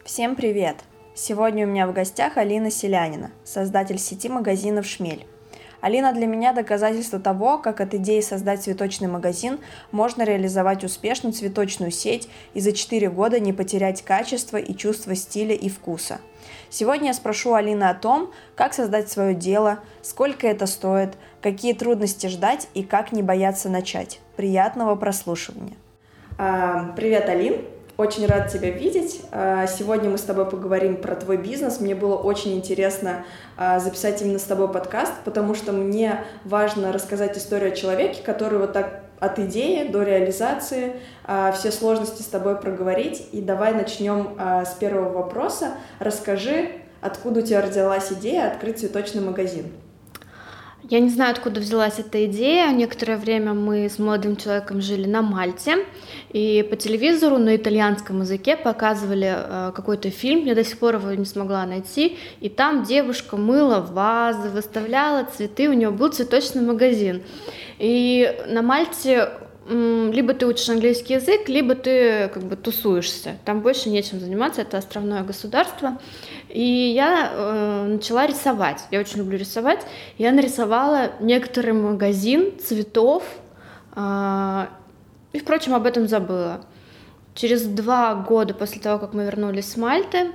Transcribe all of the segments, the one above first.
Всем привет! Сегодня у меня в гостях Алина Селянина, создатель сети магазинов «Шмель». Алина для меня доказательство того, как от идеи создать цветочный магазин можно реализовать успешную цветочную сеть и за 4 года не потерять качество и чувство стиля и вкуса. Сегодня я спрошу Алины о том, как создать свое дело, сколько это стоит, какие трудности ждать и как не бояться начать. Приятного прослушивания! Привет, Алин! Очень рад тебя видеть. Сегодня мы с тобой поговорим про твой бизнес. Мне было очень интересно записать именно с тобой подкаст, потому что мне важно рассказать историю о человеке, который вот так от идеи до реализации все сложности с тобой проговорить. И давай начнем с первого вопроса. Расскажи, откуда у тебя родилась идея открыть цветочный магазин? Я не знаю, откуда взялась эта идея. Некоторое время мы с молодым человеком жили на Мальте, и по телевизору на итальянском языке показывали какой-то фильм, я до сих пор его не смогла найти, и там девушка мыла вазы, выставляла цветы, у нее был цветочный магазин. И на Мальте либо ты учишь английский язык, либо ты как бы тусуешься. Там больше нечем заниматься, это островное государство. И я начала рисовать. Я очень люблю рисовать. Я нарисовала некоторый магазин цветов. И, впрочем, об этом забыла. Через 2 года после того, как мы вернулись с Мальты,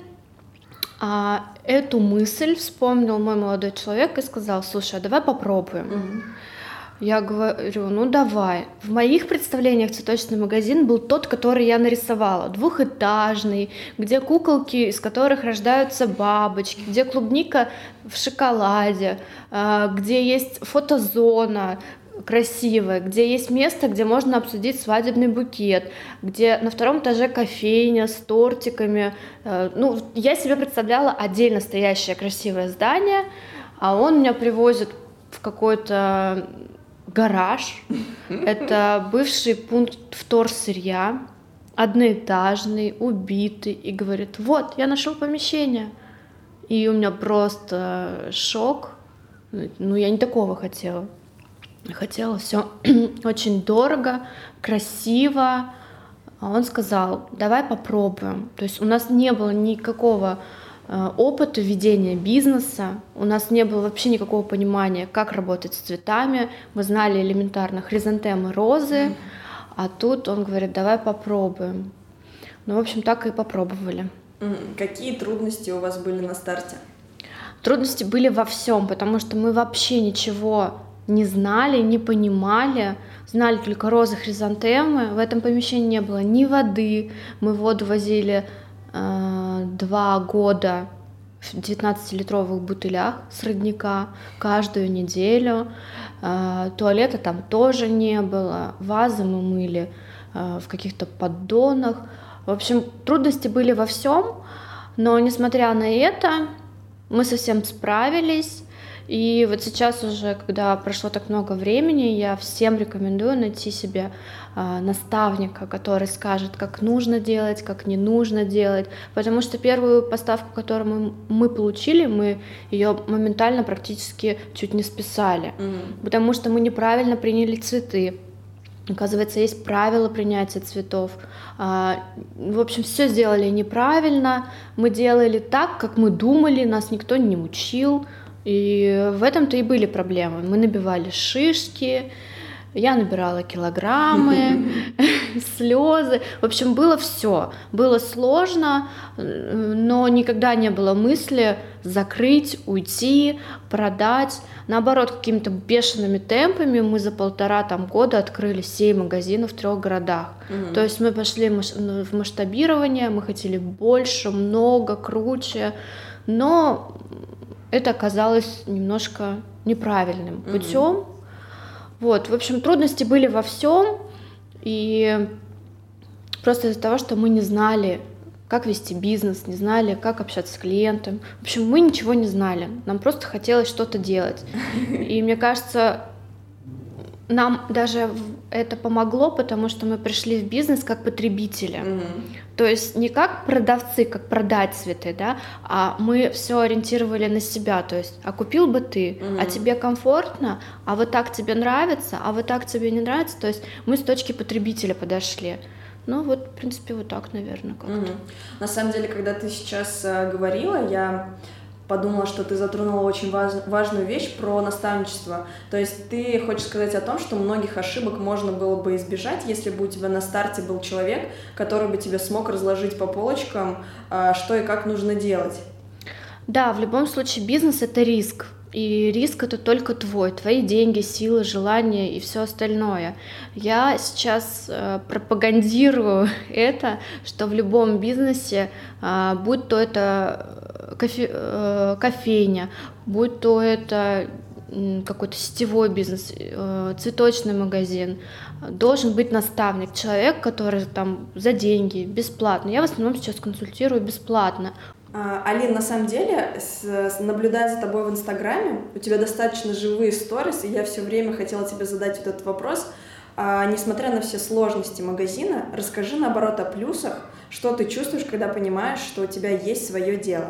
эту мысль вспомнил мой молодой человек и сказал: слушай, а давай попробуем. Я говорю, ну давай. В моих представлениях цветочный магазин был тот, который я нарисовала. 2-этажный, где куколки, из которых рождаются бабочки, где клубника в шоколаде, где есть фотозона красивая, где есть место, где можно обсудить свадебный букет, где на 2-м этаже кофейня с тортиками. Ну, я себе представляла отдельно стоящее красивое здание, а он меня привозит в какой-то гараж. Это бывший пункт вторсырья, одноэтажный, убитый, и говорит: вот, я нашел помещение. И у меня просто шок. Ну, я не такого хотела. Хотела все очень дорого, красиво. А он сказал: давай попробуем. То есть у нас не было никакого опыта ведения бизнеса, у нас не было вообще никакого понимания, как работать с цветами. Мы знали элементарно хризантемы, розы, а тут он говорит: давай попробуем. Ну, в общем, так и попробовали. Какие трудности у вас были на старте? Трудности были во всем, потому что мы вообще ничего не знали, не понимали, знали только розы, хризантемы. В этом помещении не было ни воды, мы воду возили 2 года в 19-литровых бутылях с родника каждую неделю. Туалета там тоже не было, вазы мы мыли в каких-то поддонах. В общем, трудности были во всем, но несмотря на это, мы совсем справились. И вот сейчас уже, когда прошло так много времени, я всем рекомендую найти себе наставника, который скажет, как нужно делать, как не нужно делать, потому что первую поставку, которую мы получили, мы ее моментально практически чуть не списали, потому что мы неправильно приняли цветы. Оказывается, есть правила принятия цветов. В общем, все сделали неправильно, мы делали так, как мы думали, нас никто не учил. И в этом-то и были проблемы. Мы набивали шишки, я набирала килограммы, слезы. В общем, было все. Было сложно, но никогда не было мысли закрыть, уйти, продать. Наоборот, какими-то бешеными темпами мы за 1,5 года открыли 7 магазинов в 3 городах. То есть мы пошли в масштабирование, мы хотели больше, много, круче, но это оказалось немножко неправильным путем. Вот, в общем, трудности были во всем, и просто из-за того, что мы не знали, как вести бизнес, не знали, как общаться с клиентом. В общем, мы ничего не знали, нам просто хотелось что-то делать. И мне кажется, нам даже это помогло, потому что мы пришли в бизнес как потребители. То есть не как продавцы, как продать цветы, да, а мы все ориентировали на себя. То есть, а купил бы ты, а тебе комфортно, а вот так тебе нравится, а вот так тебе не нравится. То есть мы с точки потребителя подошли. Ну вот, в принципе, вот так, наверное, как-то. На самом деле, когда ты сейчас говорила, я подумала, что ты затронула очень важную вещь про наставничество. То есть ты хочешь сказать о том, что многих ошибок можно было бы избежать, если бы у тебя на старте был человек, который бы тебе смог разложить по полочкам, что и как нужно делать. Да, в любом случае бизнес — это риск. И риск — это только твои деньги, силы, желания и все остальное. Я сейчас пропагандирую это, что в любом бизнесе, будь то это кофейня, будь то это какой-то сетевой бизнес, цветочный магазин, должен быть наставник, человек, который там за деньги, бесплатно. Я в основном сейчас консультирую бесплатно. Алин, на самом деле, наблюдая за тобой в Инстаграме, у тебя достаточно живые сторис, и я все время хотела тебе задать вот этот вопрос. Несмотря на все сложности магазина, расскажи, наоборот, о плюсах, что ты чувствуешь, когда понимаешь, что у тебя есть свое дело.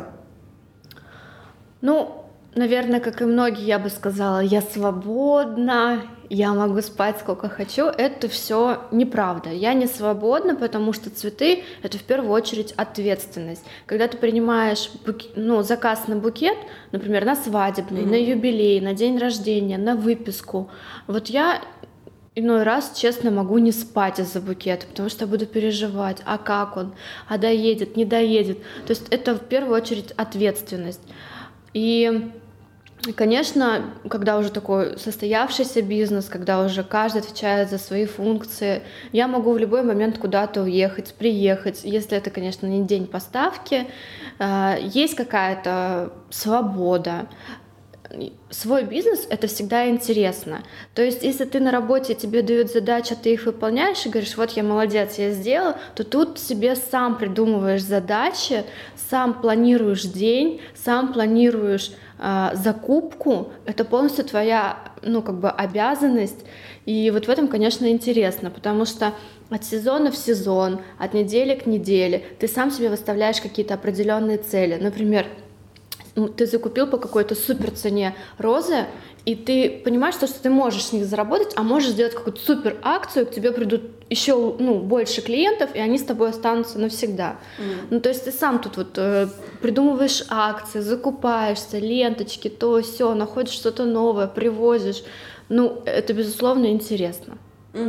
Ну, наверное, как и многие, я бы сказала, я свободна, я могу спать сколько хочу. Это все неправда. Я не свободна, потому что цветы — это в первую очередь ответственность. Когда ты принимаешь заказ на букет, например, на свадебный, на юбилей, на день рождения, на выписку, вот я иной раз, честно, могу не спать из-за букета, потому что я буду переживать, а как он, а доедет, не доедет. То есть это в первую очередь ответственность. И, конечно, когда уже такой состоявшийся бизнес, когда уже каждый отвечает за свои функции, я могу в любой момент куда-то уехать, приехать, если это, конечно, не день поставки, есть какая-то свобода. Свой бизнес — это всегда интересно. То есть, если ты на работе, тебе дают задачи, ты их выполняешь и говоришь, вот я молодец, я сделал, то тут себе сам придумываешь задачи, сам планируешь день, сам планируешь закупку. Это полностью твоя, обязанность. И вот в этом, конечно, интересно, потому что от сезона в сезон, от недели к неделе ты сам себе выставляешь какие-то определенные цели. Например, ты закупил по какой-то супер цене розы, и ты понимаешь, что ты можешь с них заработать, а можешь сделать какую-то супер акцию, к тебе придут еще больше клиентов, и они с тобой останутся навсегда. То есть ты сам тут придумываешь акции, закупаешься, ленточки, то все, находишь что-то новое, привозишь. Это, безусловно, интересно.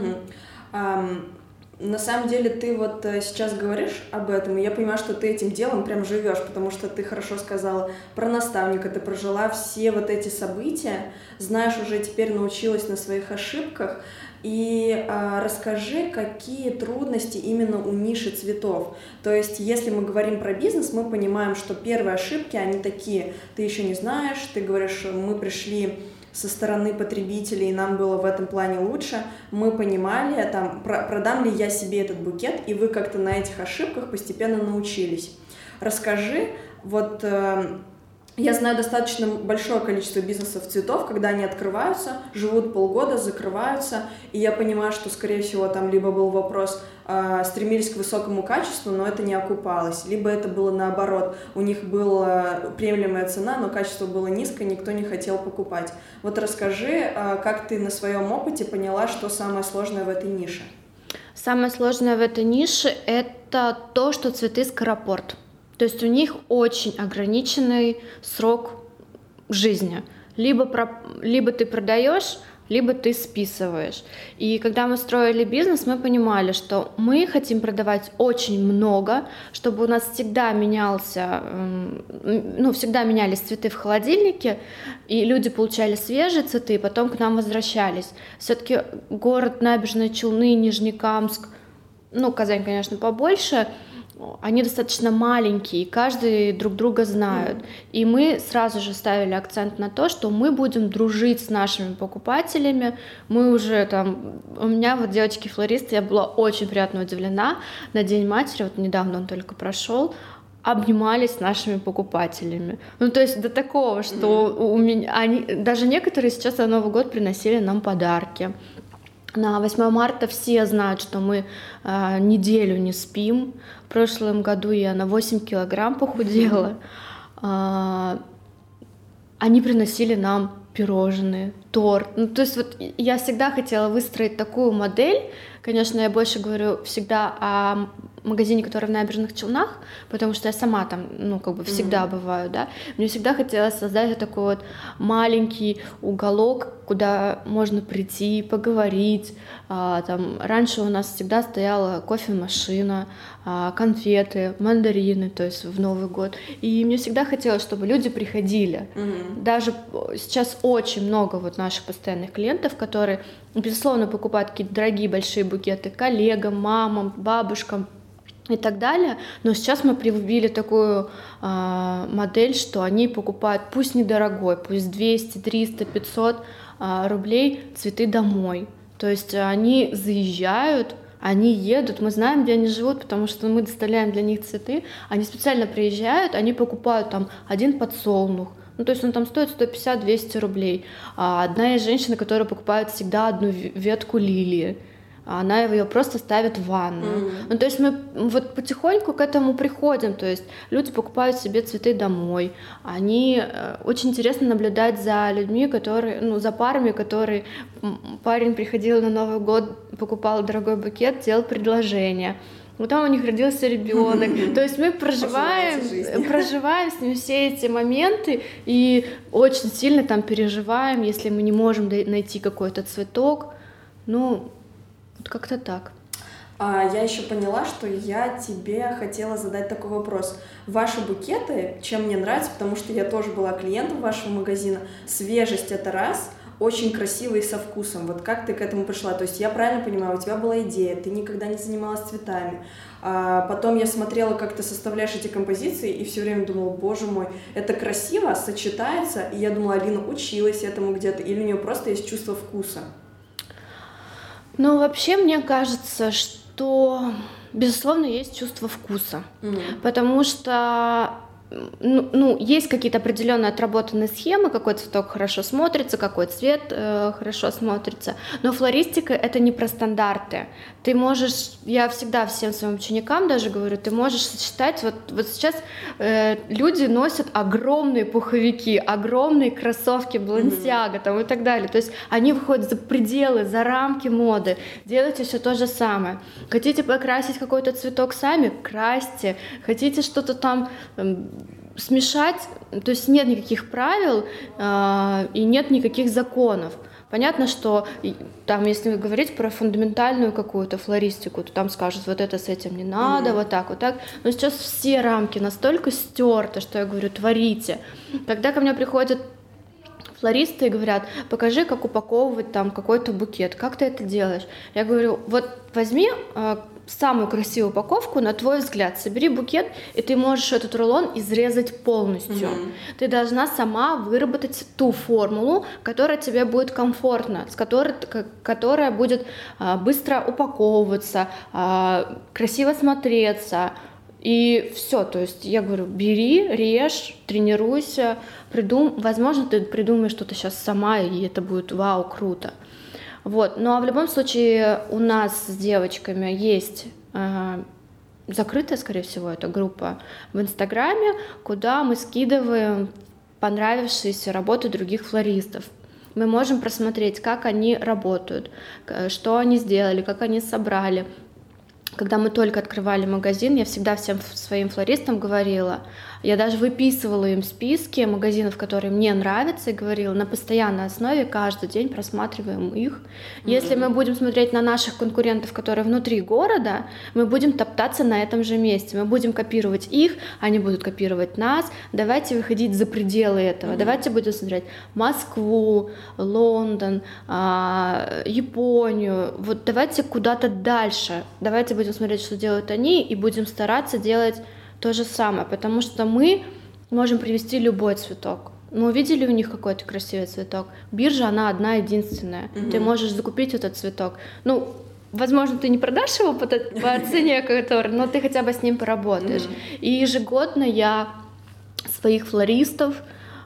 На самом деле ты вот сейчас говоришь об этом, и я понимаю, что ты этим делом прям живешь, потому что ты хорошо сказала про наставника, ты прожила все вот эти события, знаешь, уже теперь научилась на своих ошибках. И расскажи, какие трудности именно у ниши цветов. То есть, если мы говорим про бизнес, мы понимаем, что первые ошибки, они такие, ты еще не знаешь, ты говоришь, мы пришли со стороны потребителей, нам было в этом плане лучше, мы понимали, продам ли я себе этот букет, и вы как-то на этих ошибках постепенно научились. Расскажи, я знаю достаточно большое количество бизнесов цветов, когда они открываются, живут полгода, закрываются, и я понимаю, что, скорее всего, там либо был вопрос, стремились к высокому качеству, но это не окупалось, либо это было наоборот, у них была приемлемая цена, но качество было низкое, никто не хотел покупать. Вот расскажи, как ты на своем опыте поняла, что самое сложное в этой нише? Самое сложное в этой нише — это то, что цветы скоропорт. То есть у них очень ограниченный срок жизни. Либо ты продаешь, либо ты списываешь. И когда мы строили бизнес, мы понимали, что мы хотим продавать очень много, чтобы у нас всегда менялись цветы в холодильнике, и люди получали свежие цветы, и потом к нам возвращались. Все-таки город Набережные Челны, Нижнекамск, Казань, конечно, побольше, они достаточно маленькие, каждый друг друга знают. И мы сразу же ставили акцент на то, что мы будем дружить с нашими покупателями. Мы уже у меня девочки-флористы, я была очень приятно удивлена. На День матери, недавно он только прошел, обнимались с нашими покупателями. То есть до такого, что у меня, даже некоторые сейчас на Новый год приносили нам подарки. На 8 марта все знают, что мы неделю не спим. В прошлом году я на 8 килограмм похудела. Они приносили нам пирожные, торт. Ну, то есть вот я всегда хотела выстроить такую модель. Конечно, я больше говорю всегда о магазине, который в Набережных Челнах, потому что я сама там, ну, как бы всегда бываю, да. Мне всегда хотелось создать вот такой вот маленький уголок, куда можно прийти, поговорить. Там раньше у нас всегда стояла кофемашина, конфеты, мандарины, то есть в Новый год. И мне всегда хотелось, чтобы люди приходили. Даже сейчас очень много вот наших постоянных клиентов, которые, безусловно, покупают какие-то дорогие большие букеты коллегам, мамам, бабушкам и так далее, но сейчас мы привили такую модель, что они покупают, пусть недорогой, пусть 200, 300, 500 рублей цветы домой. То есть они заезжают, они едут, мы знаем, где они живут, потому что мы доставляем для них цветы, они специально приезжают, они покупают там один подсолнух, ну, то есть он там стоит 150-200 рублей. Одна из женщин, которая покупает всегда одну ветку лилии, она ее просто ставит в ванну. Ну, то есть мы вот потихоньку к этому приходим, то есть люди покупают себе цветы домой, они очень интересно наблюдать за людьми, которые, ну, за парами, которые, парень приходил на Новый год, покупал дорогой букет, делал предложение, потом у них родился ребенок. То есть мы проживаем с ним все эти моменты и очень сильно там переживаем, если мы не можем найти какой-то цветок. Ну, вот как-то так. Я еще поняла, что я тебе хотела задать такой вопрос. Ваши букеты, чем мне нравится, потому что я тоже была клиентом вашего магазина, свежесть — это раз, очень красивый и со вкусом. Вот как ты к этому пришла? То есть я правильно понимаю, у тебя была идея, ты никогда не занималась цветами. Потом я смотрела, как ты составляешь эти композиции, и все время думала, боже мой, это красиво, сочетается. И я думала, Алина училась этому где-то, или у нее просто есть чувство вкуса? Ну, вообще, мне кажется, что, безусловно, есть чувство вкуса, потому что, ну, есть какие-то определенные отработанные схемы, какой цветок хорошо смотрится, какой цвет хорошо смотрится, но флористика — это не про стандарты. Ты можешь, я всегда всем своим ученикам даже говорю, ты можешь сочетать, вот сейчас люди носят огромные пуховики, огромные кроссовки Balenciaga там и так далее, то есть они выходят за пределы, за рамки моды, делайте все то же самое. Хотите покрасить какой-то цветок сами, красьте, хотите что-то там смешать, то есть нет никаких правил и нет никаких законов. Понятно, что там, если говорить про фундаментальную какую-то флористику, то там скажут, вот это с этим не надо, вот так, вот так. Но сейчас все рамки настолько стерты, что я говорю, творите. Когда ко мне приходят флористы и говорят, покажи, как упаковывать там какой-то букет, как ты это делаешь? Я говорю, вот возьми самую красивую упаковку, на твой взгляд, собери букет, и ты можешь этот рулон изрезать полностью. Ты должна сама выработать ту формулу, которая тебе будет комфортна, которая будет быстро упаковываться, красиво смотреться. И все, то есть я говорю, бери, режь, тренируйся, возможно, ты придумаешь что-то сейчас сама, и это будет вау, круто. Вот. Ну а в любом случае у нас с девочками есть закрытая, скорее всего, эта группа в Инстаграме, куда мы скидываем понравившиеся работы других флористов. Мы можем просмотреть, как они работают, что они сделали, как они собрали. Когда мы только открывали магазин, я всегда всем своим флористам говорила, я даже выписывала им списки магазинов, которые мне нравятся, и говорила, на постоянной основе каждый день просматриваем их. Если мы будем смотреть на наших конкурентов, которые внутри города, мы будем топтаться на этом же месте, мы будем копировать их, они будут копировать нас. Давайте выходить за пределы этого, давайте будем смотреть Москву, Лондон, Японию, вот давайте куда-то дальше, давайте будем смотреть, что делают они, и будем стараться делать то же самое, потому что мы можем привести любой цветок. Мы увидели у них какой-то красивый цветок. Биржа, она одна единственная. Ты можешь закупить этот цветок. Ну, возможно, ты не продашь его по цене, но ты хотя бы с ним поработаешь. И ежегодно я своих флористов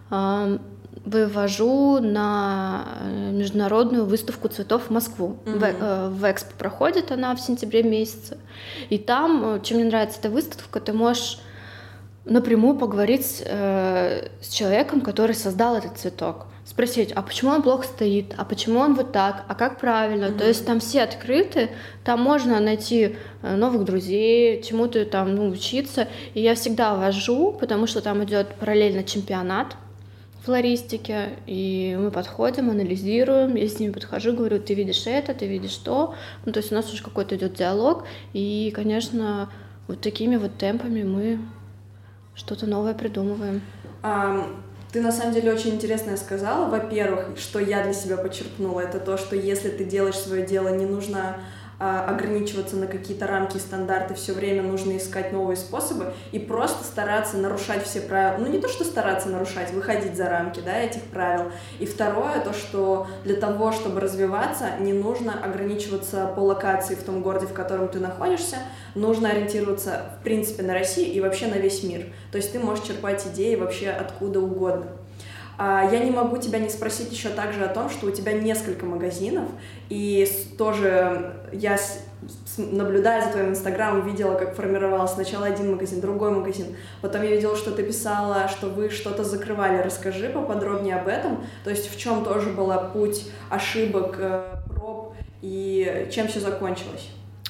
вывожу на международную выставку цветов в Москву. В Экспо проходит она в сентябре месяце. И там, чем мне нравится эта выставка, ты можешь напрямую поговорить с человеком, который создал этот цветок, с спросить, а почему он плохо стоит, а почему он вот так, а как правильно. То есть там все открыты, там можно найти новых друзей, чему-то там учиться. И я всегда вожу, потому что там идет параллельно чемпионат флористики, и мы подходим, анализируем, я с ними подхожу, говорю, ты видишь это, ты видишь то. То есть у нас уже какой-то идет диалог, и, конечно, вот такими вот темпами мы что-то новое придумываем. Ты на самом деле очень интересное сказала. Во-первых, что я для себя подчеркнула, это то, что если ты делаешь свое дело, не нужно ограничиваться на какие-то рамки и стандарты, все время нужно искать новые способы и просто стараться нарушать все правила. Ну, не то, что стараться нарушать, выходить за рамки, да, этих правил. И второе, то, что для того, чтобы развиваться, не нужно ограничиваться по локации в том городе, в котором ты находишься, нужно ориентироваться, в принципе, на Россию и вообще на весь мир. То есть ты можешь черпать идеи вообще откуда угодно. Я не могу тебя не спросить еще также о том, что у тебя несколько магазинов, и тоже я, наблюдая за твоим инстаграмом, видела, как формировался сначала один магазин, другой магазин, потом я видела, что ты писала, что вы что-то закрывали. Расскажи поподробнее об этом, то есть в чем тоже был путь ошибок, проб, и чем все закончилось?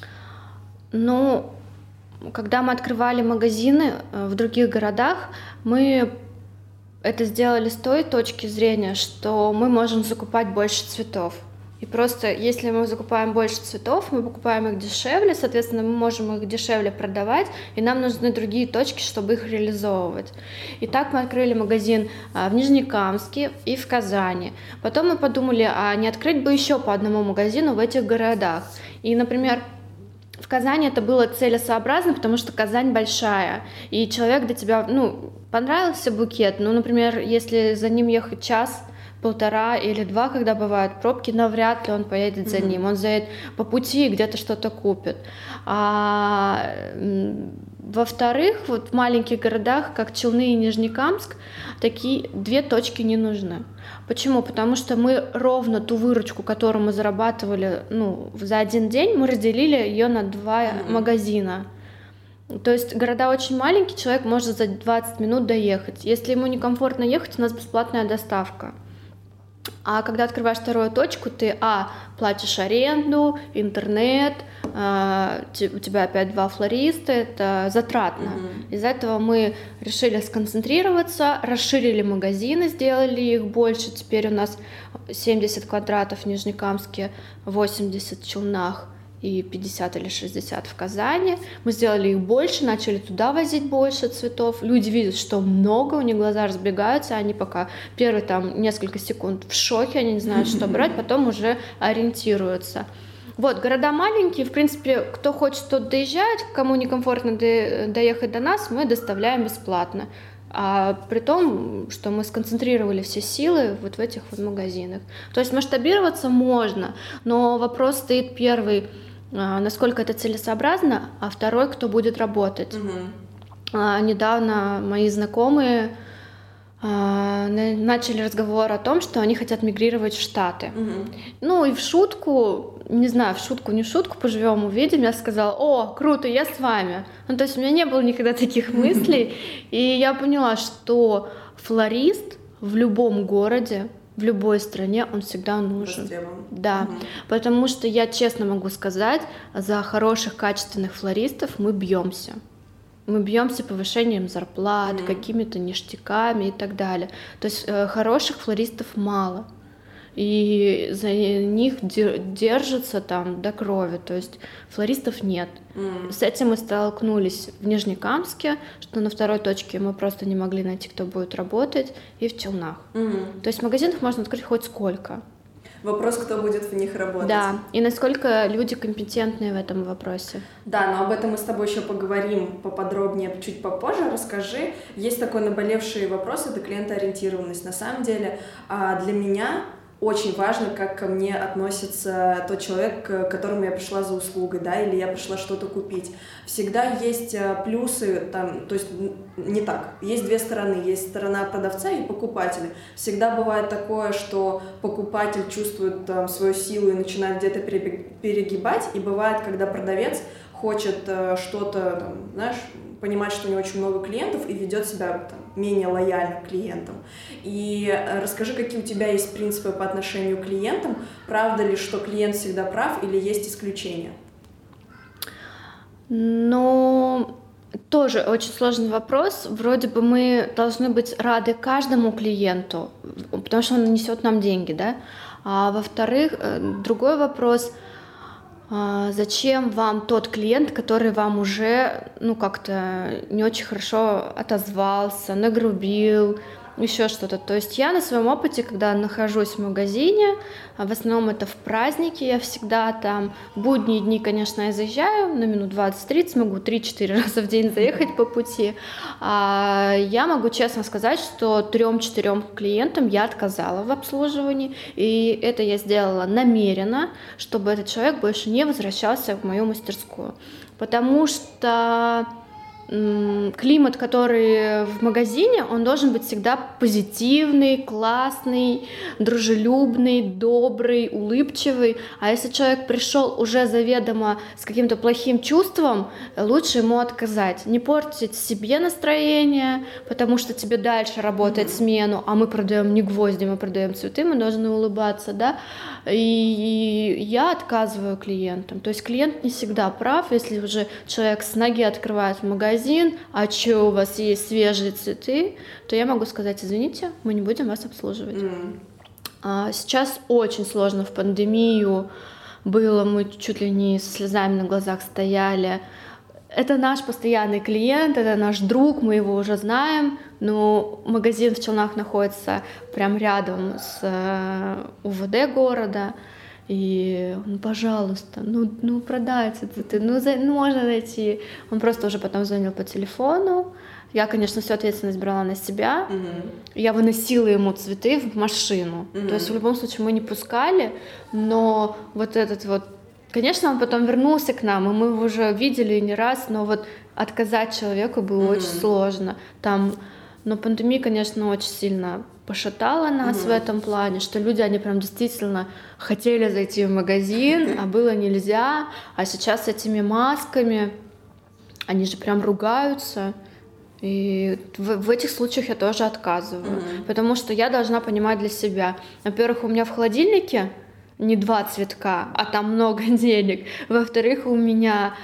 Ну, когда мы открывали магазины в других городах, мы это сделали с той точки зрения, что мы можем закупать больше цветов. И просто если мы закупаем больше цветов, мы покупаем их дешевле, соответственно, мы можем их дешевле продавать, и нам нужны другие точки, чтобы их реализовывать. И так мы открыли магазин в Нижнекамске и в Казани. Потом мы подумали, а не открыть бы еще по одному магазину в этих городах. И, например, в Казани это было целесообразно, потому что Казань большая, и человек до тебя, понравился букет, например, если за ним ехать час, полтора или два, когда бывают пробки, навряд ли он поедет за ним, он заедет по пути и где-то что-то купит. Во-вторых, вот в маленьких городах, как Челны и Нижнекамск, такие две точки не нужны. Почему? Потому что мы ровно ту выручку, которую мы зарабатывали за один день, мы разделили ее на два магазина. То есть города очень маленькие, человек может за 20 минут доехать. Если ему некомфортно ехать, у нас бесплатная доставка. А когда открываешь вторую точку, ты платишь аренду, интернет, у тебя опять 2 флориста, это затратно. Из-за этого мы решили сконцентрироваться, расширили магазины, сделали их больше. Теперь у нас 70 квадратов в Нижнекамске, 80 в Челнах и 50 или 60 в Казани. Мы сделали их больше, начали туда возить больше цветов. Люди видят, что много, у них глаза разбегаются, они пока первые несколько секунд в шоке, они не знают, что брать, потом уже ориентируются. Вот, города маленькие, в принципе, кто хочет, тот доезжает, кому некомфортно доехать до нас, мы доставляем бесплатно. При том, что мы сконцентрировали все силы вот в этих вот магазинах. То есть масштабироваться можно, но вопрос стоит первый, насколько это целесообразно, а второй, кто будет работать. Недавно мои знакомые начали разговор о том, что они хотят мигрировать в Штаты. И в шутку, не знаю, в шутку, не в шутку, поживем, увидим, я сказала: о, круто, я с вами. То есть у меня не было никогда таких мыслей, и я поняла, что флорист в любом городе, в любой стране он всегда нужен. Да, потому что я честно могу сказать, за хороших, качественных флористов мы бьемся. Мы бьемся повышением зарплат, какими-то ништяками и так далее. То есть хороших флористов мало. И за них держатся до крови. То есть флористов нет. С этим мы столкнулись в Нижнекамске, что на второй точке мы просто не могли найти, кто будет работать, и в Челнах. То есть магазинов можно открыть хоть сколько. Вопрос, кто будет в них работать. Да, и насколько люди компетентные в этом вопросе. Да, но об этом мы с тобой еще поговорим поподробнее чуть попозже. Расскажи, есть такой наболевший вопрос, это клиентоориентированность. На самом деле для меня очень важно, как ко мне относится тот человек, к которому я пришла за услугой, да, или я пришла что-то купить. Всегда есть плюсы, то есть не так. Есть две стороны. Есть сторона продавца и покупателя. Всегда бывает такое, что покупатель чувствует свою силу и начинает где-то перегибать, и бывает, когда продавец хочет что-то, понимать, что у него очень много клиентов и ведет себя там, менее лояльно к клиентам. И расскажи, какие у тебя есть принципы по отношению к клиентам. Правда ли, что клиент всегда прав или есть исключения? Ну, тоже очень сложный вопрос. Вроде бы мы должны быть рады каждому клиенту, потому что он несет нам деньги, да? А во-вторых, другой вопрос, зачем вам тот клиент, который вам уже, ну, как-то не очень хорошо отозвался, нагрубил, еще что-то. То есть я на своем опыте, когда нахожусь в магазине, в основном это в праздники, я всегда там, в будние дни, конечно, я заезжаю на минут 20-30, могу 3-4 раза в день заехать по пути. Я могу честно сказать, что 3-4 клиентам я отказала в обслуживании, и это я сделала намеренно, чтобы этот человек больше не возвращался в мою мастерскую. Потому что климат, который в магазине, он должен быть всегда позитивный, классный, дружелюбный, добрый, улыбчивый. А если человек пришел уже заведомо с каким-то плохим чувством, лучше ему отказать. Не портить себе настроение, потому что тебе дальше работать смену, а мы продаем не гвозди, мы продаем цветы, мы должны улыбаться, да. И я отказываю клиентам. То есть клиент не всегда прав, если уже человек с ноги открывает магазин, а что у вас есть свежие цветы, то я могу сказать: извините, мы не будем вас обслуживать. Сейчас очень сложно в пандемию было, мы чуть ли не со слезами на глазах стояли. Это наш постоянный клиент, это наш друг, мы его уже знаем, но магазин в Челнах находится прям рядом с УВД города. И он: пожалуйста, ну продайте цветы, можно найти. Он просто уже потом звонил по телефону. Я, конечно, всю ответственность брала на себя. Я выносила ему цветы в машину. То есть в любом случае мы не пускали, но вот этот вот... Конечно, он потом вернулся к нам, и мы его уже видели не раз, но вот отказать человеку было очень сложно. Но пандемия, конечно, очень сильно пошатала нас в этом плане, что люди, они прям действительно хотели зайти в магазин, а было нельзя. А сейчас с этими масками, они же прям ругаются. И в этих случаях я тоже отказываю, потому что я должна понимать для себя. Во-первых, у меня в холодильнике не 2 цветка, а там много денег. Во-вторых, у меня...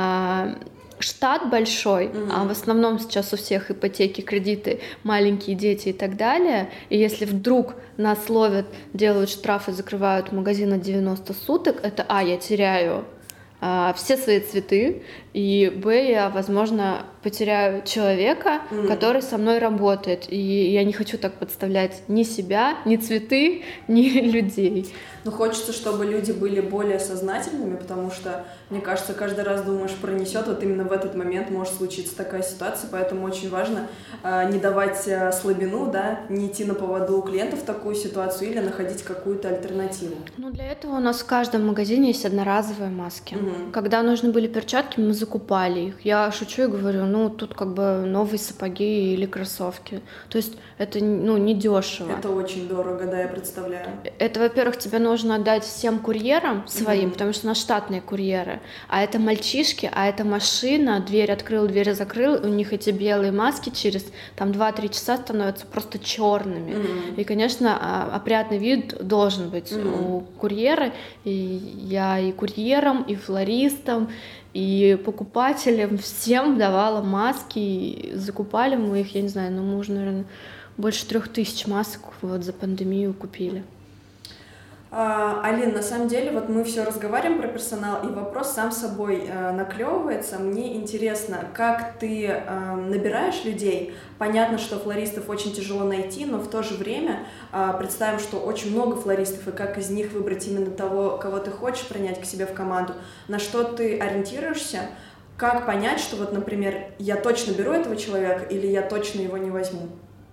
штат большой, а в основном сейчас у всех ипотеки, кредиты, маленькие дети и так далее. И если вдруг нас ловят, делают штрафы, закрывают магазин на 90 суток, это я теряю все свои цветы, и я, возможно, потеряю человека, который со мной работает. И я не хочу так подставлять ни себя, ни цветы, ни людей. Но хочется, чтобы люди были более сознательными, потому что, мне кажется, каждый раз думаешь, пронесет, вот именно в этот момент может случиться такая ситуация, поэтому очень важно не давать слабину, да, не идти на поводу у клиентов в такую ситуацию или находить какую-то альтернативу. Ну, для этого у нас в каждом магазине есть одноразовые маски. Когда нужны были перчатки, мы закупали их. Я шучу и говорю, тут как бы новые сапоги или кроссовки. То есть это, не дешево. Это очень дорого, да, я представляю. Это, во-первых, тебе нужно отдать всем курьерам своим, потому что у нас штатные курьеры. А это мальчишки, а это машина, дверь открыл, дверь закрыл, у них эти белые маски через 2-3 часа становятся просто черными. И, конечно, опрятный вид должен быть у курьера. И я и курьерам, и флористам, и покупателям всем давала маски, и закупали мы их, я не знаю, мы уже, наверное, больше 3000 масок вот за пандемию купили. Алин, на самом деле, вот мы все разговариваем про персонал, и вопрос сам собой наклевывается. Мне интересно, как ты набираешь людей? Понятно, что флористов очень тяжело найти, но в то же время представим, что очень много флористов, и как из них выбрать именно того, кого ты хочешь принять к себе в команду? На что ты ориентируешься? Как понять, что вот, например, я точно беру этого человека или я точно его не возьму?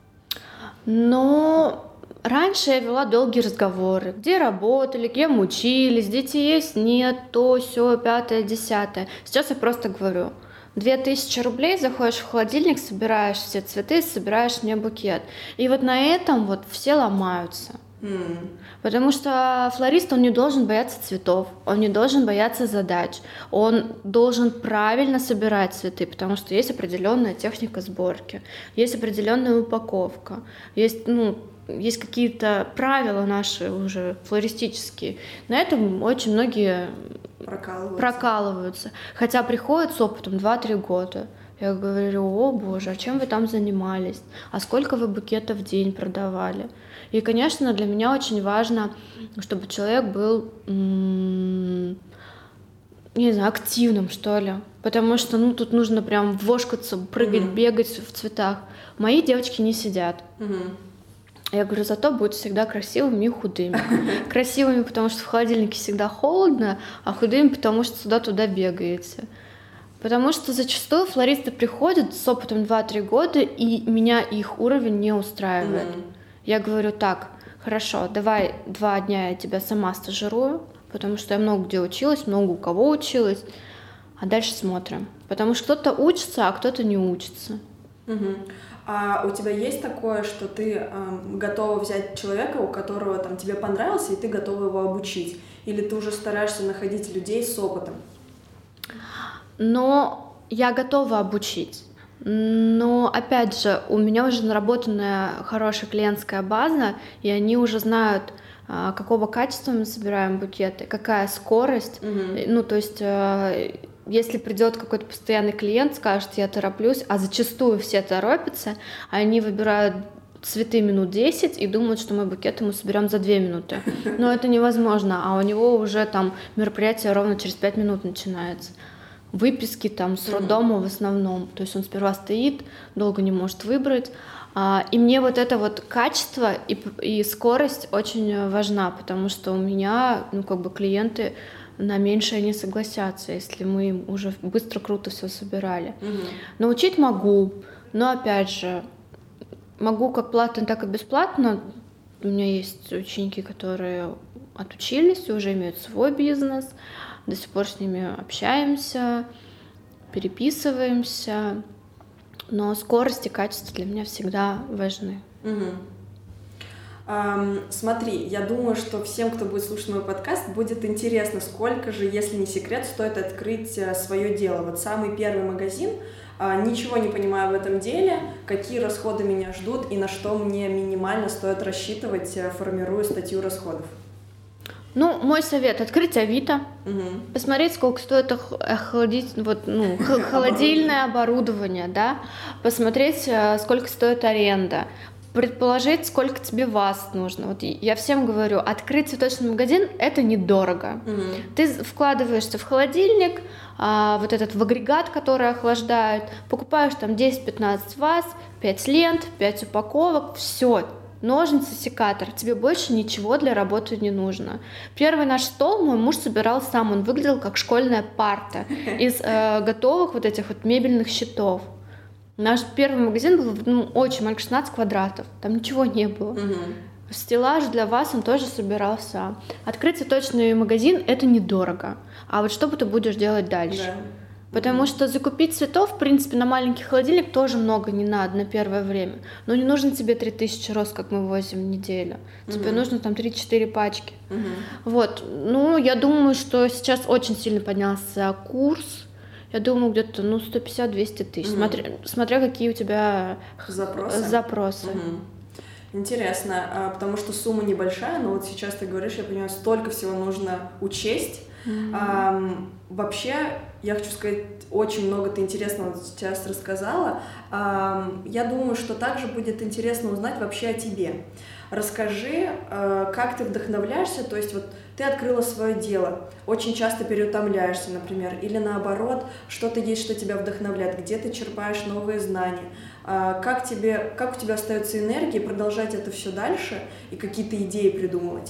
Раньше я вела долгие разговоры, где работали, кем учились, детей есть, нет, то, сё, 5-е, 10-е. Сейчас я просто говорю: 2000 рублей, заходишь в холодильник, собираешь все цветы, собираешь мне букет. И вот на этом вот все ломаются. Потому что флорист, он не должен бояться цветов, он не должен бояться задач, он должен правильно собирать цветы, потому что есть определенная техника сборки, есть определенная упаковка, есть какие-то правила наши уже флористические. На этом очень многие прокалываются. Хотя приходят с опытом 2-3 года. Я говорю: о боже, а чем вы там занимались? А сколько вы букетов в день продавали? И, конечно, для меня очень важно, чтобы человек был, не знаю, активным, что ли. Потому что, тут нужно прям вошкаться, прыгать, бегать в цветах. Мои девочки не сидят. Я говорю, зато будут всегда красивыми и худыми. Красивыми, потому что в холодильнике всегда холодно, а худыми, потому что сюда-туда бегаете. Потому что зачастую флористы приходят с опытом 2-3 года, и меня их уровень не устраивает. Я говорю: так, хорошо, давай 2 дня я тебя сама стажирую, потому что я много где училась, много у кого училась, а дальше смотрим. Потому что кто-то учится, а кто-то не учится. А у тебя есть такое, что ты готова взять человека, у которого там тебе понравился, и ты готова его обучить? Или ты уже стараешься находить людей с опытом? Но я готова обучить. Но, опять же, у меня уже наработанная хорошая клиентская база, и они уже знают, какого качества мы собираем букеты, какая скорость. То есть, если придет какой-то постоянный клиент, скажет: я тороплюсь, а зачастую все торопятся, они выбирают цветы минут 10 и думают, что мы букеты мы соберем за 2 минуты. Но это невозможно, а у него уже там мероприятие ровно через 5 минут начинается. Выписки там с роддома в основном. То есть он сперва стоит, долго не может выбрать. И мне вот это вот качество и скорость очень важна, потому что у меня, клиенты на меньшее не согласятся, если мы им уже быстро, круто все собирали. Научить могу, но опять же, могу как платно, так и бесплатно. У меня есть ученики, которые отучились, уже имеют свой бизнес, до сих пор с ними общаемся, переписываемся, но скорость и качество для меня всегда важны. Смотри, я думаю, что всем, кто будет слушать мой подкаст, будет интересно, сколько же, если не секрет, стоит открыть свое дело. Вот самый первый магазин, ничего не понимаю в этом деле, какие расходы меня ждут и на что мне минимально стоит рассчитывать, формируя статью расходов. Мой совет — открыть Авито, посмотреть, сколько стоит холодильное оборудование, да, посмотреть, сколько стоит аренда, предположить, сколько тебе ваз нужно. Вот я всем говорю, открыть цветочный магазин — это недорого. Ты вкладываешься в холодильник, вот этот в агрегат, который охлаждает, покупаешь там 10-15 ваз, 5 лент, 5 упаковок, все. Ножницы, секатор, тебе больше ничего для работы не нужно. Первый наш стол мой муж собирал сам, он выглядел как школьная парта из готовых вот этих вот мебельных щитов. Наш первый магазин был очень маленький, 16 квадратов, там ничего не было. Стеллаж для вас он тоже собирал сам. Открыть цветочный магазин — это недорого. А вот что ты будешь делать дальше? Да. Потому что закупить цветов, в принципе, на маленький холодильник тоже много не надо на первое время. Но не нужно тебе 3000 роз, как мы возим в неделю. Тебе нужно там 3-4 пачки. Вот. Я думаю, что сейчас очень сильно поднялся курс. Я думаю, где-то 150-200 тысяч. Смотря какие у тебя запросы. Интересно, потому что сумма небольшая, но вот сейчас ты говоришь, я понимаю, столько всего нужно учесть. Вообще, я хочу сказать, очень много ты интересного сейчас рассказала. Я думаю, что также будет интересно узнать вообще о тебе. Расскажи, как ты вдохновляешься, то есть вот ты открыла свое дело, очень часто переутомляешься, например, или наоборот, что-то есть, что тебя вдохновляет, где ты черпаешь новые знания, как у тебя остается энергия продолжать это все дальше и какие-то идеи придумывать?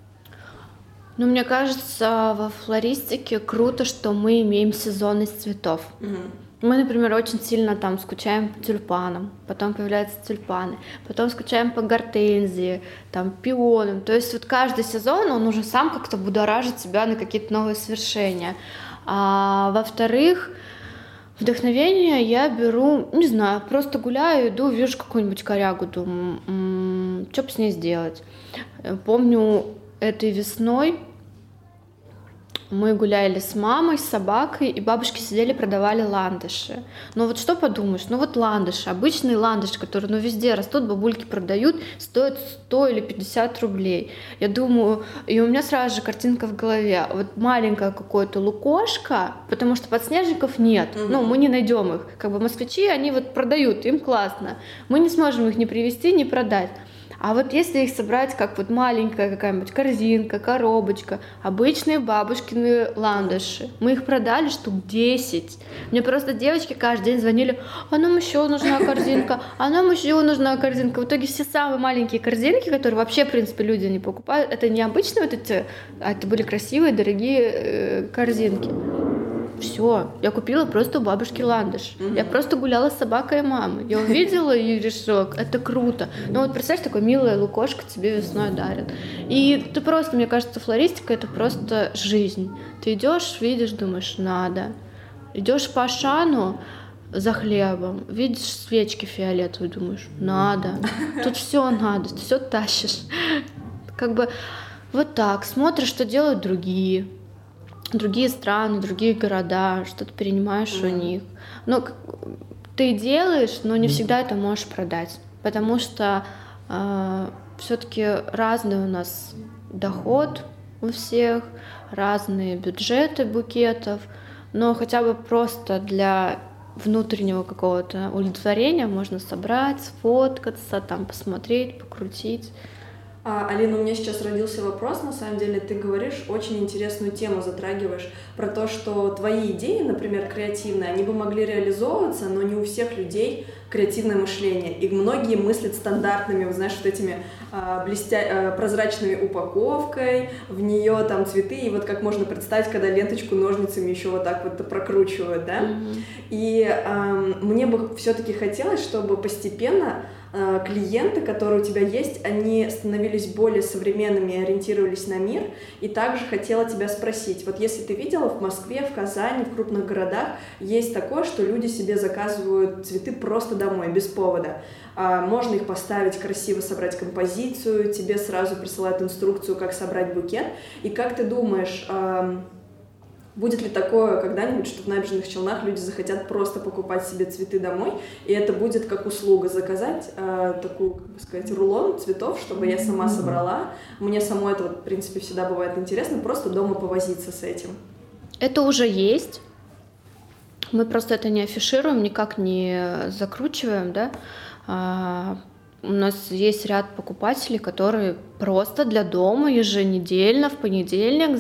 Мне кажется, во флористике круто, что мы имеем сезонность цветов. Мы, например, очень сильно там скучаем по тюльпанам, потом появляются тюльпаны, потом скучаем по гортензии, там, пионам. То есть вот каждый сезон, он уже сам как-то будоражит себя на какие-то новые свершения. А во-вторых, вдохновение я беру, не знаю, просто гуляю, иду, вижу какую-нибудь корягу, думаю, что бы с ней сделать. Помню, этой весной мы гуляли с мамой, с собакой, и бабушки сидели, продавали ландыши. Ну вот что подумаешь, ну вот ландыши, обычные ландыши, которые везде растут, бабульки продают, стоят 100 или 50 рублей. Я думаю, и у меня сразу же картинка в голове, вот маленькое какое-то лукошко, потому что подснежников нет, мы не найдем их. Как бы москвичи, они вот продают, им классно. Мы не сможем их ни привезти, ни продать. А вот если их собрать как вот маленькая какая-нибудь корзинка, коробочка, обычные бабушкины ландыши, мы их продали штук 10. Мне просто девочки каждый день звонили: а нам еще нужна корзинка, а нам еще нужна корзинка. В итоге все самые маленькие корзинки, которые вообще, в принципе, люди не покупают, это не обычные вот эти, а это были красивые, дорогие корзинки. Все, я купила просто у бабушки ландыш. Я просто гуляла с собакой и мамой. Я увидела и решила, это круто. Ну вот представь, такое милое лукошко тебе весной дарят. И ты просто, мне кажется, флористика — это просто жизнь. Ты идешь, видишь, думаешь, надо. Идешь по Ашану за хлебом, видишь свечки фиолетовые, думаешь, надо. Тут все надо, ты все тащишь. Как бы вот так, смотришь, что делают другие страны, другие города, что ты перенимаешь у них. Но ты делаешь, но не всегда это можешь продать, потому что все-таки разный у нас доход у всех, разные бюджеты букетов, но хотя бы просто для внутреннего какого-то удовлетворения можно собрать, сфоткаться, там посмотреть, покрутить. Алина, у меня сейчас родился вопрос, на самом деле ты говоришь, очень интересную тему затрагиваешь, про то, что твои идеи, например, креативные, они бы могли реализовываться, но не у всех людей креативное мышление, и многие мыслят стандартными, вот знаешь, вот этими прозрачными упаковкой, в нее там цветы, и вот как можно представить, когда ленточку ножницами еще вот так вот прокручивают, да? И мне бы все-таки хотелось, чтобы постепенно клиенты, которые у тебя есть, они становились более современными и ориентировались на мир. И также хотела тебя спросить, вот если ты видела в Москве, в Казани, в крупных городах, есть такое, что люди себе заказывают цветы просто домой, без повода. Можно их поставить, красиво собрать композицию, тебе сразу присылают инструкцию, как собрать букет. И как ты думаешь, будет ли такое когда-нибудь, что в Набережных Челнах люди захотят просто покупать себе цветы домой, и это будет как услуга заказать такую, как бы сказать, рулон цветов, чтобы я сама собрала. Мне самой это, в принципе, всегда бывает интересно, просто дома повозиться с этим. Это уже есть. Мы просто это не афишируем, никак не закручиваем, да. У нас есть ряд покупателей, которые просто для дома еженедельно в понедельник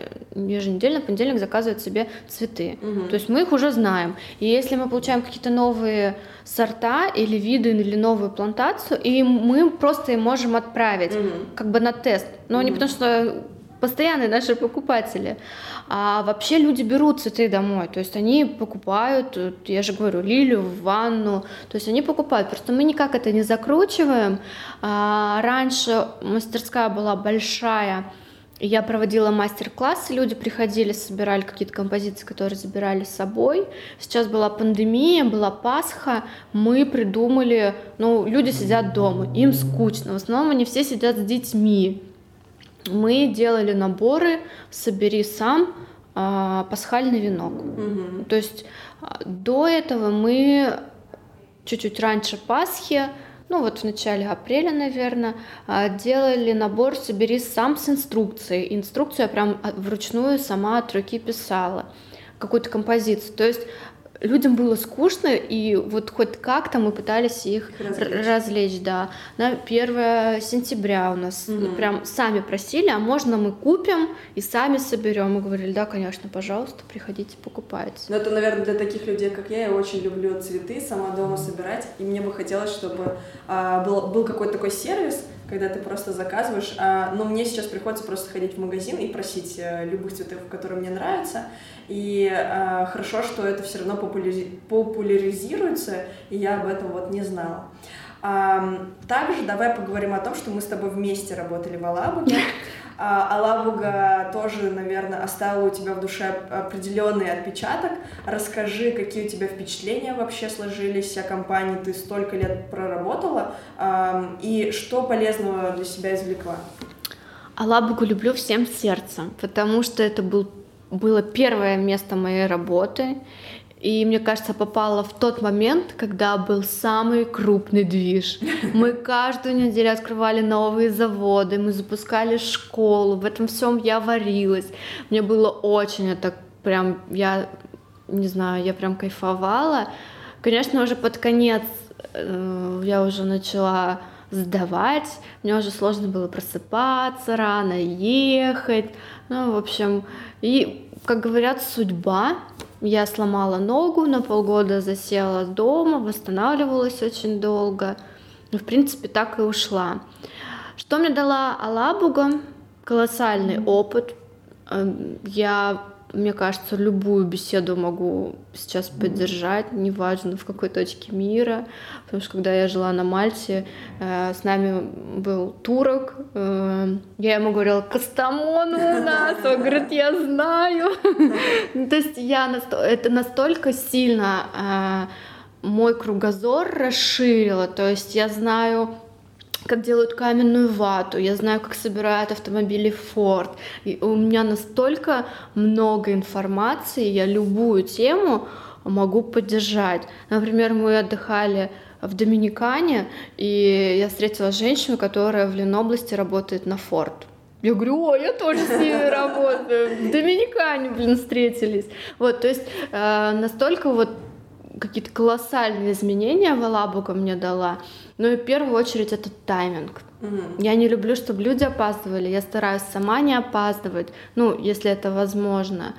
заказывают себе цветы. То есть мы их уже знаем. И если мы получаем какие-то новые сорта или виды, или новую плантацию, и мы просто им можем отправить как бы на тест. Но не потому что постоянные наши покупатели, а вообще люди берут цветы домой, то есть они покупают, я же говорю, лилию в ванну, то есть они покупают, просто мы никак это не закручиваем. Раньше мастерская была большая, я проводила мастер-классы, люди приходили, собирали какие-то композиции, которые забирали с собой. Сейчас была пандемия, была Пасха, мы придумали, люди сидят дома, им скучно, в основном они все сидят с детьми. Мы делали наборы «Собери сам», пасхальный венок. То есть до этого мы чуть-чуть раньше Пасхи, в начале апреля, наверное, делали набор «Собери сам» с инструкцией. Инструкцию я прям вручную сама от руки писала, какую-то композицию. То есть людям было скучно, и вот хоть как-то мы пытались их развлечь, да. На 1 сентября у нас прям сами просили, а можно мы купим и сами соберем. Мы говорили, да, конечно, пожалуйста, приходите, покупайте. Это, наверное, для таких людей, как я очень люблю цветы, сама дома собирать, и мне бы хотелось, чтобы был какой-то такой сервис, когда ты просто заказываешь, но мне сейчас приходится просто ходить в магазин и просить любых цветов, которые мне нравятся, и хорошо, что это все равно популяризируется, и я об этом не знала. Также давай поговорим о том, что мы с тобой вместе работали в Алабуге. Алабуга тоже, наверное, оставила у тебя в душе определенный отпечаток. Расскажи, какие у тебя впечатления вообще сложились о компании, ты столько лет проработала, и что полезного для себя извлекла? Алабугу люблю всем сердцем, потому что это было первое место моей работы. И, мне кажется, попала в тот момент, когда был самый крупный движ. Мы каждую неделю открывали новые заводы, мы запускали школу, в этом всем я варилась. Мне было очень это прям, я не знаю, я прям кайфовала. Конечно, уже под конец я уже начала сдавать, мне уже сложно было просыпаться рано, ехать. Ну, в общем, и, как говорят, судьба. Я сломала ногу, на полгода засела дома, восстанавливалась очень долго. Ну, в принципе, так и ушла. Что мне дала Алабуга? Колоссальный опыт. Я, мне кажется, любую беседу могу сейчас поддержать, неважно в какой точке мира. Потому что когда я жила на Мальте, с нами был турок. Я ему говорила: Кастамон у нас. Он говорит: я знаю. То есть это настолько сильно мой кругозор расширило. То есть я знаю, как делают каменную вату, я знаю, как собирают автомобили Ford. И у меня настолько много информации, я любую тему могу поддержать. Например, мы отдыхали в Доминикане, и я встретила женщину, которая в Ленобласти работает на Ford. Я говорю: о, я тоже с ней работаю. В Доминикане, встретились. Вот, то есть настолько вот какие-то колоссальные изменения в Алабуга мне дала. Ну и в первую очередь это тайминг. Я не люблю, чтобы люди опаздывали. Я стараюсь сама не опаздывать, ну, если это возможно.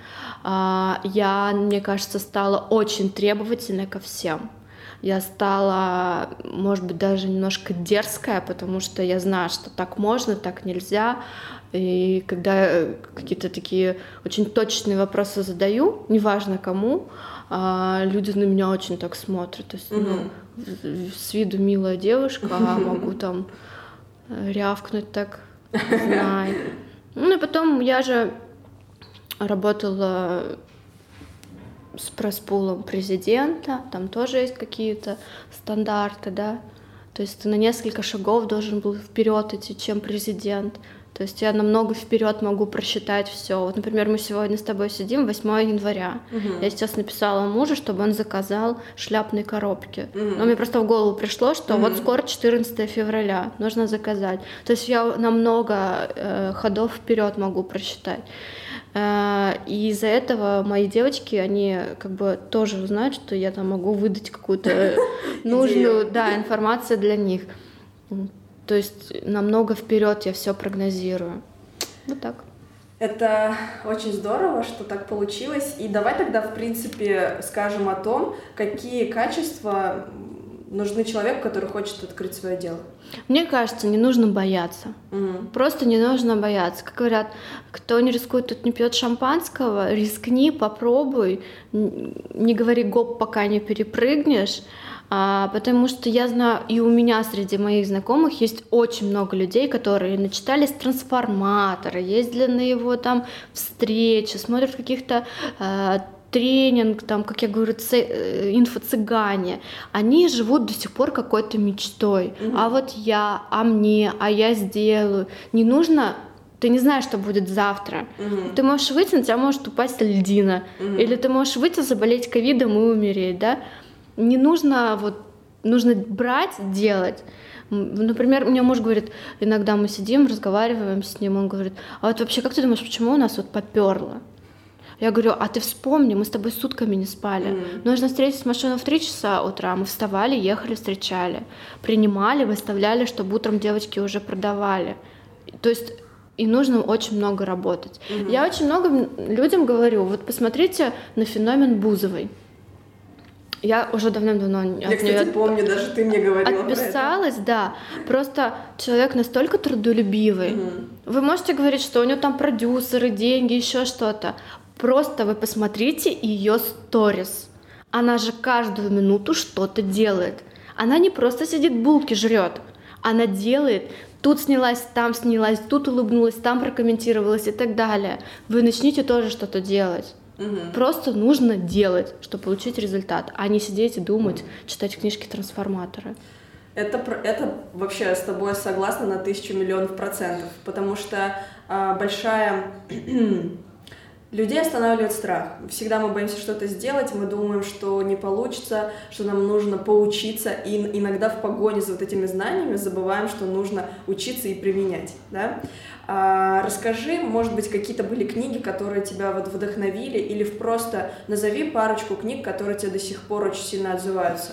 Я, мне кажется, стала очень требовательной ко всем. Я стала, может быть, даже немножко дерзкая, потому что я знаю, что так можно, так нельзя. И когда какие-то такие очень точные вопросы задаю, неважно кому, люди на меня очень так смотрят. То есть, с виду милая девушка, а могу там рявкнуть так, знай. Ну и потом я же работала с пресс-пулом президента, там тоже есть какие-то стандарты, да. То есть ты на несколько шагов должен был вперед идти, чем президент. То есть я намного вперед могу просчитать все. Вот, например, мы сегодня с тобой сидим 8 января. Я сейчас написала мужу, чтобы он заказал шляпные коробки. Но мне просто в голову пришло, что вот скоро 14 февраля, нужно заказать. То есть я намного ходов вперед могу просчитать. И из-за этого мои девочки, они как бы тоже знают, что я там могу выдать какую-то нужную информацию для них. То есть намного вперед я все прогнозирую. Вот так. Это очень здорово, что так получилось. И давай тогда, в принципе, скажем о том, какие качества нужны человеку, который хочет открыть свое дело. Мне кажется, не нужно бояться. Просто не нужно бояться. Как говорят, кто не рискует, тот не пьет шампанского. Рискни, попробуй. Не говори гоп, пока не перепрыгнешь. Потому что я знаю, и у меня среди моих знакомых есть очень много людей, которые начитались трансформатора, ездили на его там встречи, смотрят каких-то тренинг, там, как я говорю, инфо-цыгане. Они живут до сих пор какой-то мечтой. А вот я, мне, я сделаю. Не нужно. Ты не знаешь, что будет завтра. Ты можешь выйти, на тебя может упасть льдина. Или ты можешь выйти, заболеть ковидом и умереть, да? Не нужно, нужно брать, делать. Например, у меня муж говорит, иногда мы сидим, разговариваем с ним, он говорит: а вот вообще, как ты думаешь, почему у нас попёрло? Я говорю: а ты вспомни, мы с тобой сутками не спали. Нужно встретить машину в 3 часа утра, мы вставали, ехали, встречали, принимали, выставляли, чтобы утром девочки уже продавали. То есть и нужно очень много работать. Я очень много людям говорю: вот посмотрите на феномен Бузовой. Я уже давным-давно я, кстати, помню, даже ты мне говорила отписалась, да. Просто человек настолько трудолюбивый. Вы можете говорить, что у него там продюсеры, деньги, еще что-то. Просто вы посмотрите ее сторис. Она же каждую минуту что-то делает. Она не просто сидит, булки жрет. Она делает, тут снялась, тут улыбнулась, там прокомментировалась и так далее. Вы начните тоже что-то делать. Просто нужно делать, чтобы получить результат, а не сидеть и думать, читать книжки-трансформаторы. Это вообще с тобой согласна на 1000 миллионов %, потому что людей останавливает страх. Всегда мы боимся что-то сделать, мы думаем, что не получится, что нам нужно поучиться, и иногда в погоне за вот этими знаниями забываем, что нужно учиться и применять, да? Расскажи, может быть, какие-то были книги, которые тебя вот вдохновили, или просто назови парочку книг, которые тебе до сих пор очень сильно отзываются.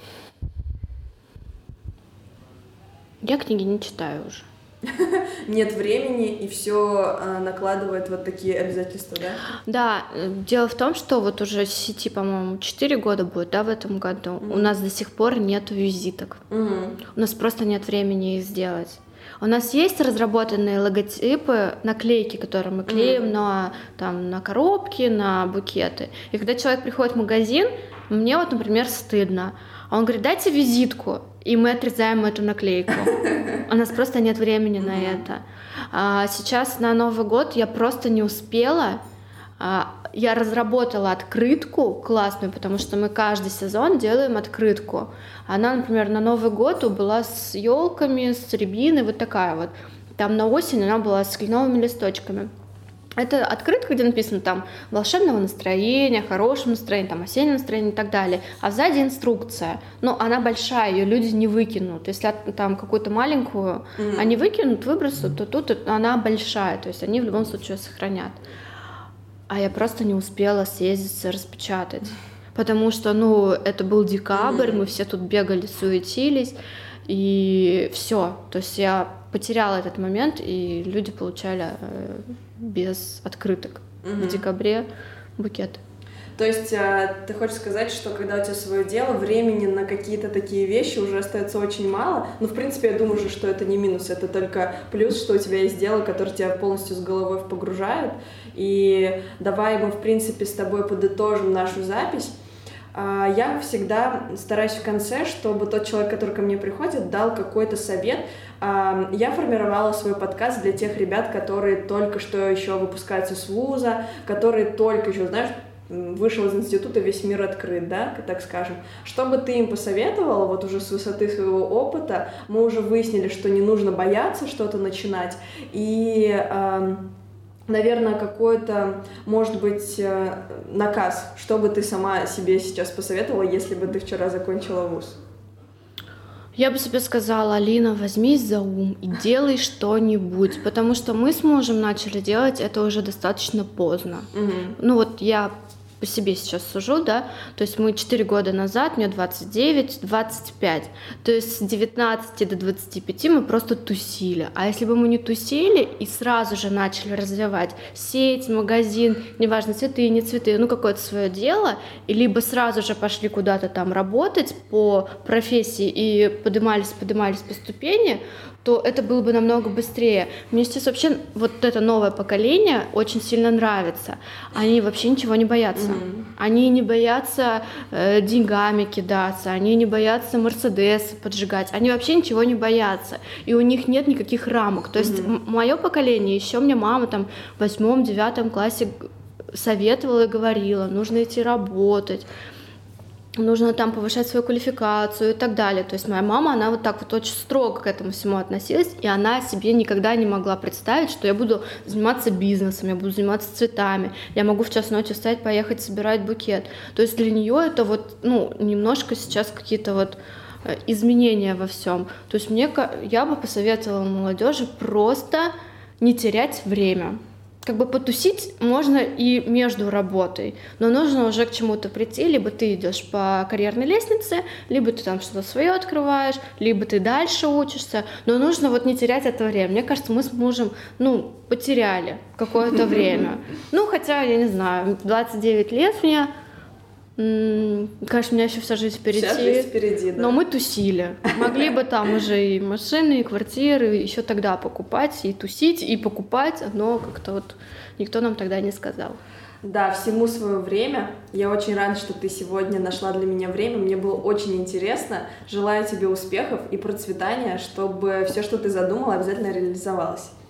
Я книги не читаю уже. Нет времени, и все накладывает вот такие обязательства, да? Да, дело в том, что вот уже сети, по-моему, 4 года будет, да, в этом году. У нас до сих пор нет визиток. У нас просто нет времени их сделать. У нас есть разработанные логотипы, наклейки, которые мы клеим на коробки, на букеты. И когда человек приходит в магазин, мне вот, например, стыдно. А он говорит, дайте визитку, и мы отрезаем эту наклейку. У нас просто нет времени на это. Сейчас на Новый год я просто не успела. Я разработала открытку классную, потому что мы каждый сезон делаем открытку. Она, например, на Новый год была с елками, с рябиной, вот такая вот. Там на осень она была с кленовыми листочками. Это открытка, где написано там волшебного настроения, хорошего настроения, там осеннего настроения и так далее. А сзади инструкция. Но она большая, ее люди не выкинут. Если там какую-то маленькую они выкинут, выбросят, то тут она большая. То есть они в любом случае ее сохранят. А я просто не успела съездить, распечатать. Потому что, это был декабрь, мы все тут бегали, суетились. И все. То есть я потеряла этот момент, и люди получали без открыток в декабре букет. То есть ты хочешь сказать, что когда у тебя свое дело, времени на какие-то такие вещи уже остается очень мало? Ну, в принципе, я думаю, что это не минус, это только плюс, что у тебя есть дело, которое тебя полностью с головой погружает. И давай мы, в принципе, с тобой подытожим нашу запись. Я всегда стараюсь в конце, чтобы тот человек, который ко мне приходит, дал какой-то совет. Я формировала свой подкаст для тех ребят, которые только что еще выпускаются с вуза, которые только еще, вышел из института, весь мир открыт, да, так скажем. Что бы ты им посоветовала, вот уже с высоты своего опыта, мы уже выяснили, что не нужно бояться что-то начинать, и наверное, какой-то, может быть, наказ, что бы ты сама себе сейчас посоветовала, если бы ты вчера закончила вуз? Я бы себе сказала, Алина, возьмись за ум и делай что-нибудь, потому что мы с мужем начали делать это уже достаточно поздно. Я по себе сейчас сужу, да, то есть мы 4 года назад, мне 29, 25, то есть с 19 до 25 мы просто тусили, а если бы мы не тусили и сразу же начали развивать сеть, магазин, неважно, цветы, не цветы, какое-то свое дело, и либо сразу же пошли куда-то там работать по профессии и поднимались по ступени, то это было бы намного быстрее. Мне сейчас вообще вот это новое поколение очень сильно нравится. Они вообще ничего не боятся. Они не боятся деньгами кидаться, они не боятся Мерседес поджигать, они вообще ничего не боятся. И у них нет никаких рамок. То есть мое поколение, еще мне мама там в 8-9 классе советовала и говорила, нужно идти работать, нужно там повышать свою квалификацию и так далее. То есть моя мама, она вот так вот очень строго к этому всему относилась, и она себе никогда не могла представить, что я буду заниматься бизнесом, я буду заниматься цветами, я могу в час ночи встать, поехать собирать букет. То есть для нее это вот, немножко сейчас какие-то вот изменения во всем. То есть я бы посоветовала молодежи просто не терять время. Потусить можно и между работой, но нужно уже к чему-то прийти, либо ты идешь по карьерной лестнице, либо ты там что-то свое открываешь, либо ты дальше учишься, но нужно вот не терять это время. Мне кажется, мы с мужем, потеряли какое-то время. Хотя, я не знаю, 29 лет мне, Конечно, у меня еще вся жизнь впереди. Вся жизнь впереди, да. Но мы тусили. Могли бы там уже и машины, и квартиры еще тогда покупать, и тусить, и покупать, но как-то вот никто нам тогда не сказал. Да, всему свое время. Я очень рада, что ты сегодня нашла для меня время. Мне было очень интересно. Желаю тебе успехов и процветания, чтобы все, что ты задумала, обязательно реализовалось.